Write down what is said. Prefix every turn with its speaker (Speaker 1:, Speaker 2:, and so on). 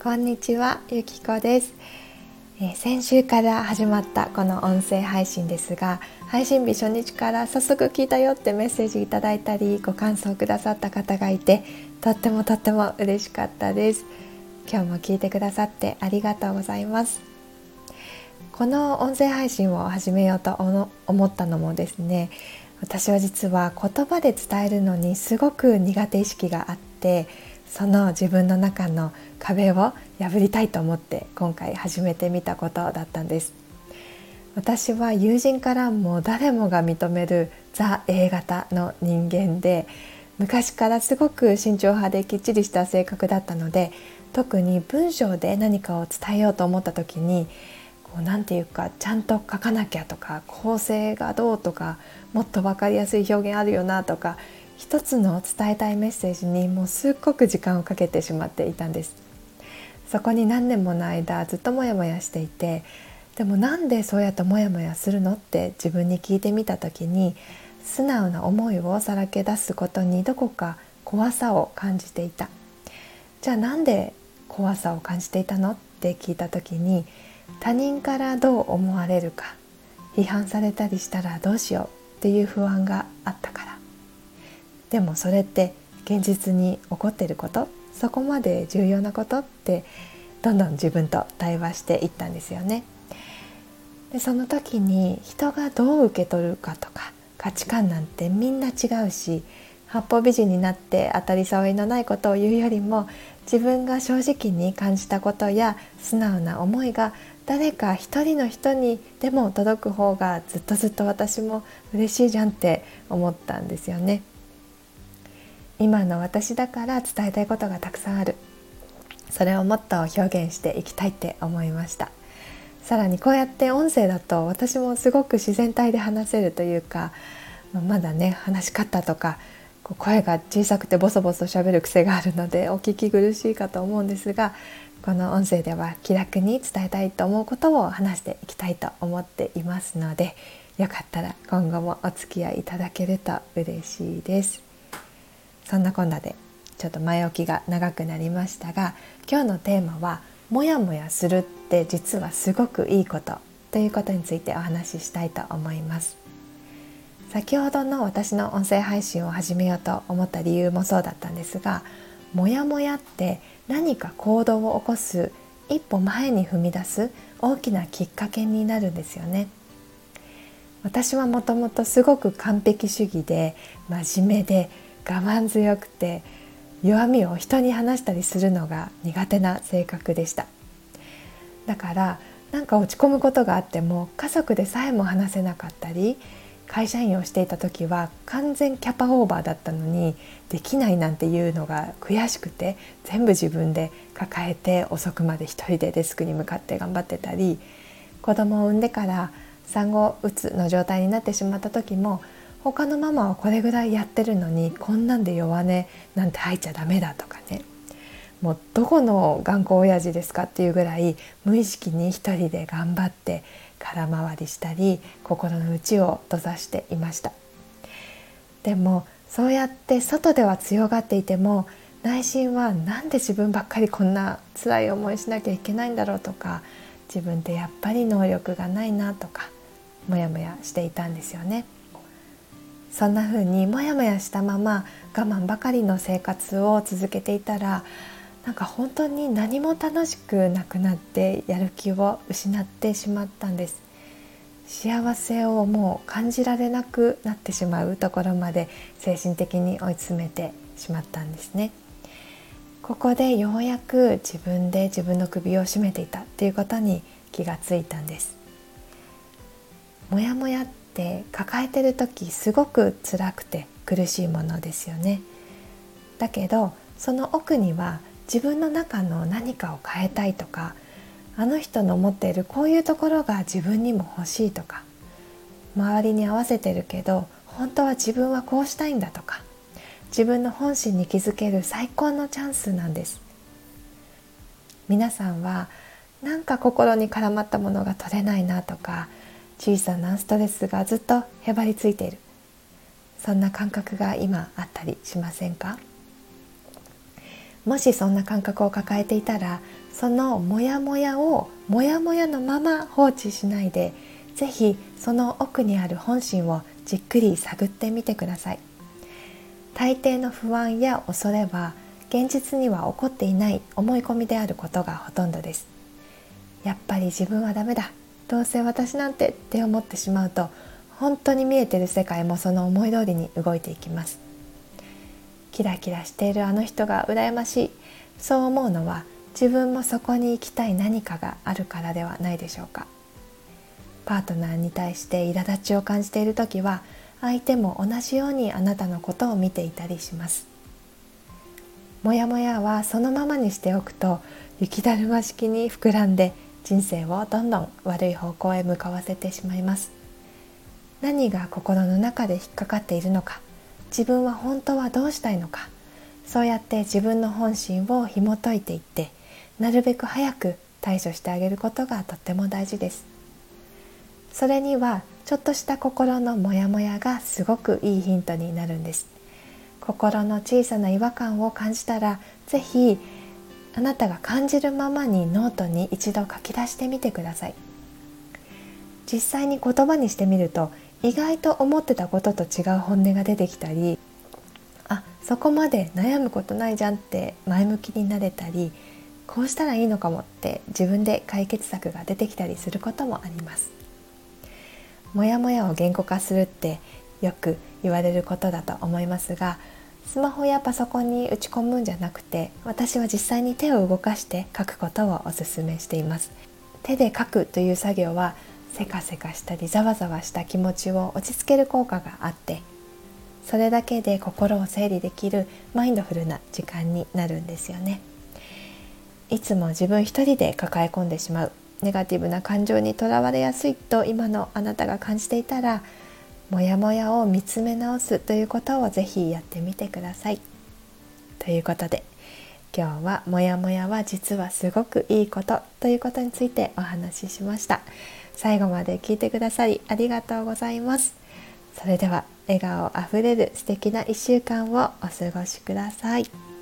Speaker 1: こんにちは、ゆきこです。先週から始まったこの音声配信ですが、配信日初日から早速聞いたよってメッセージいただいたりご感想くださった方がいて、とっても嬉しかったです。今日も聞いてくださってありがとうございます。この音声配信を始めようと思ったのもですね、私は実は言葉で伝えるのにすごく苦手意識があって、その自分の中の壁を破りたいと思って今回始めてみたことだったんです。私は友人からも誰もが認めるザ A 型の人間で、昔からすごく慎重派できっちりした性格だったので、特に文章で何かを伝えようと思った時になんていうか、ちゃんと書かなきゃとか、構成がどうとか、もっと分かりやすい表現あるよなとか、一つの伝えたいメッセージにもうすっごく時間をかけてしまっていたんです。そこに何年もの間ずっとモヤモヤしていて、でもなんでそうやってモヤモヤするのって自分に聞いてみた時に、素直な思いをさらけ出すことにどこか怖さを感じていた。じゃあなんで怖さを感じていたのって聞いた時に、他人からどう思われるか、批判されたりしたらどうしようっていう不安があったから。でもそれって現実に起こっていること、そこまで重要なことって、どんどん自分と対話していったんですよね。でその時に人がどう受け取るかとか、価値観なんてみんな違うし、八方美人になって当たり障りのないことを言うよりも、自分が正直に感じたことや素直な思いが誰か一人の人にでも届く方がずっと私も嬉しいじゃんって思ったんですよね。今の私だから伝えたいことがたくさんある。それをもっと表現していきたいって思いました。さらにこうやって音声だと私もすごく自然体で話せるというか、まだね、話し方とか声が小さくてボソボソ喋る癖があるのでお聞き苦しいかと思うんですが、この音声では気楽に伝えたいと思うことを話していきたいと思っていますので、よかったら今後もお付き合いいただけると嬉しいです。そんなこんなでちょっと前置きが長くなりましたが、今日のテーマはモヤモヤするって実はすごくいいことということについてお話ししたいと思います。先ほどの私の音声配信を始めようと思った理由もそうだったんですが、モヤモヤって何か行動を起こす一歩前に踏み出す大きなきっかけになるんですよね。私はもともとすごく完璧主義で真面目で我慢強くて、弱みを人に話したりするのが苦手な性格でした。だからなんか落ち込むことがあっても家族でさえも話せなかったり、会社員をしていた時は完全キャパオーバーだったのにできないなんていうのが悔しくて、全部自分で抱えて遅くまで一人でデスクに向かって頑張ってたり、子供を産んでから産後うつの状態になってしまった時も、他のママはこれぐらいやってるのにこんなんで弱音なんて吐いちゃダメだとかね、もうどこの頑固親父ですかっていうぐらい無意識に一人で頑張って空回りしたり、心の内を閉ざしていました。でもそうやって外では強がっていても、内心はなんで自分ばっかりこんな辛い思いしなきゃいけないんだろうとか、自分ってやっぱり能力がないなとかモヤモヤしていたんですよね。そんな風にモヤモヤしたまま我慢ばかりの生活を続けていたら、なんか本当に何も楽しくなくなってやる気を失ってしまったんです。幸せをもう感じられなくなってしまうところまで精神的に追い詰めてしまったんですね。ここでようやく自分で自分の首を絞めていたっていうことに気がついたんです。モヤモヤって抱えてる時すごく辛くて苦しいものですよね。だけどその奥には自分の中の何かを変えたいとか、あの人の持っているこういうところが自分にも欲しいとか、周りに合わせてるけど本当は自分はこうしたいんだとか、自分の本心に気づける最高のチャンスなんです。皆さんはなんか心に絡まったものが取れないなとか、小さなストレスがずっとへばりついている、そんな感覚が今あったりしませんか？もしそんな感覚を抱えていたら、 そのモヤモヤをモヤモヤのまま放置しないで、ぜひその奥にある本心をじっくり探ってみてください。大抵の不安や恐れは現実には起こっていない思い込みであることがほとんどです。やっぱり自分はダメだ、どうせ私なんてって思ってしまうと、本当に見えている世界もその思い通りに動いていきます。キラキラしているあの人が羨ましい、そう思うのは自分もそこに行きたい何かがあるからではないでしょうか。パートナーに対して苛立ちを感じているときは、相手も同じようにあなたのことを見ていたりします。もやもやはそのままにしておくと、雪だるま式に膨らんで人生をどんどん悪い方向へ向かわせてしまいます。何が心の中で引っかかっているのか、自分は本当はどうしたいのか、そうやって自分の本心を紐解いていって、なるべく早く対処してあげることがとっても大事です。それにはちょっとした心のモヤモヤがすごくいいヒントになるんです。心の小さな違和感を感じたら、ぜひあなたが感じるままにノートに一度書き出してみてください。実際に言葉にしてみると、意外と思ってたことと違う本音が出てきたり、そこまで悩むことないじゃんって前向きになれたり、こうしたらいいのかもって自分で解決策が出てきたりすることもあります。もやもやを言語化するってよく言われることだと思いますが、スマホやパソコンに打ち込むんじゃなくて、私は実際に手を動かして書くことをお勧めしています。手で書くという作業はせかせかしたりざわざわした気持ちを落ち着ける効果があって、それだけで心を整理できるマインドフルな時間になるんですよね。いつも自分一人で抱え込んでしまうネガティブな感情にとらわれやすいと今のあなたが感じていたら、もやもやを見つめ直すということをぜひやってみてください。ということで、今日はもやもやは実はすごくいいことということについてお話ししました。最後まで聞いてくださりありがとうございます。それでは笑顔あふれる素敵な1週間をお過ごしください。